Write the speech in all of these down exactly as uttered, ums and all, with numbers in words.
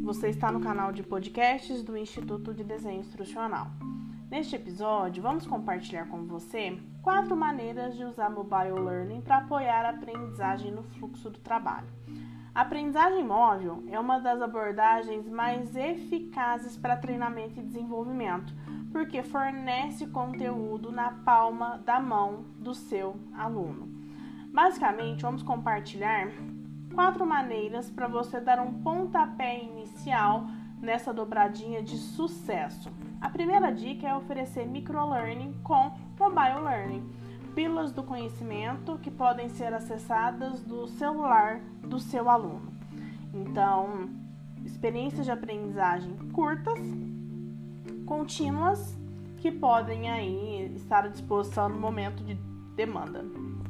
você está no canal de podcasts do Instituto de Desenho Instrucional. Neste episódio, vamos compartilhar com você quatro maneiras de usar Mobile Learning para apoiar a aprendizagem no fluxo do trabalho. A aprendizagem móvel é uma das abordagens mais eficazes para treinamento e desenvolvimento, porque fornece conteúdo na palma da mão do seu aluno. Basicamente, vamos compartilhar quatro maneiras para você dar um pontapé inicial nessa dobradinha de sucesso. A primeira dica é oferecer microlearning com mobile learning, pílulas do conhecimento que podem ser acessadas do celular do seu aluno. Então, experiências de aprendizagem curtas, contínuas, que podem aí estar à disposição no momento de demanda.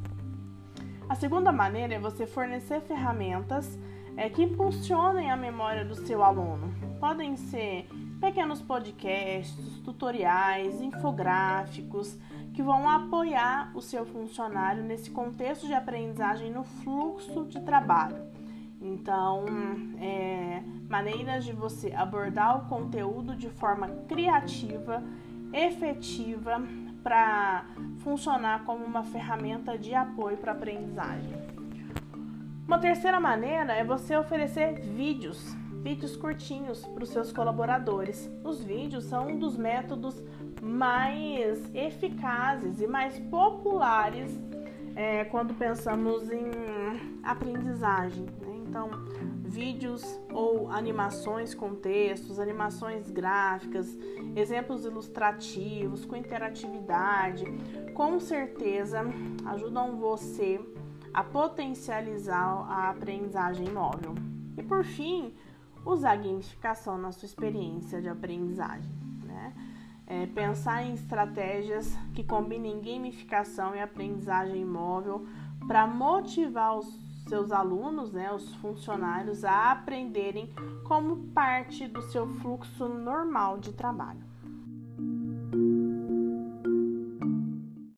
A segunda maneira é você fornecer ferramentas é, que impulsionem a memória do seu aluno. Podem ser pequenos podcasts, tutoriais, infográficos, que vão apoiar o seu funcionário nesse contexto de aprendizagem no fluxo de trabalho. Então, é, maneiras de você abordar o conteúdo de forma criativa, efetiva, para funcionar como uma ferramenta de apoio para a aprendizagem. Uma terceira maneira é você oferecer vídeos, vídeos curtinhos para os seus colaboradores. Os vídeos são um dos métodos mais eficazes e mais populares é, quando pensamos em aprendizagem, né? Então, vídeos ou animações com textos, animações gráficas, exemplos ilustrativos, com interatividade, com certeza ajudam você a potencializar a aprendizagem móvel. E por fim, usar a gamificação na sua experiência de aprendizagem, né? É, pensar em estratégias que combinem gamificação e aprendizagem móvel para motivar os seus alunos, né, os funcionários, a aprenderem como parte do seu fluxo normal de trabalho.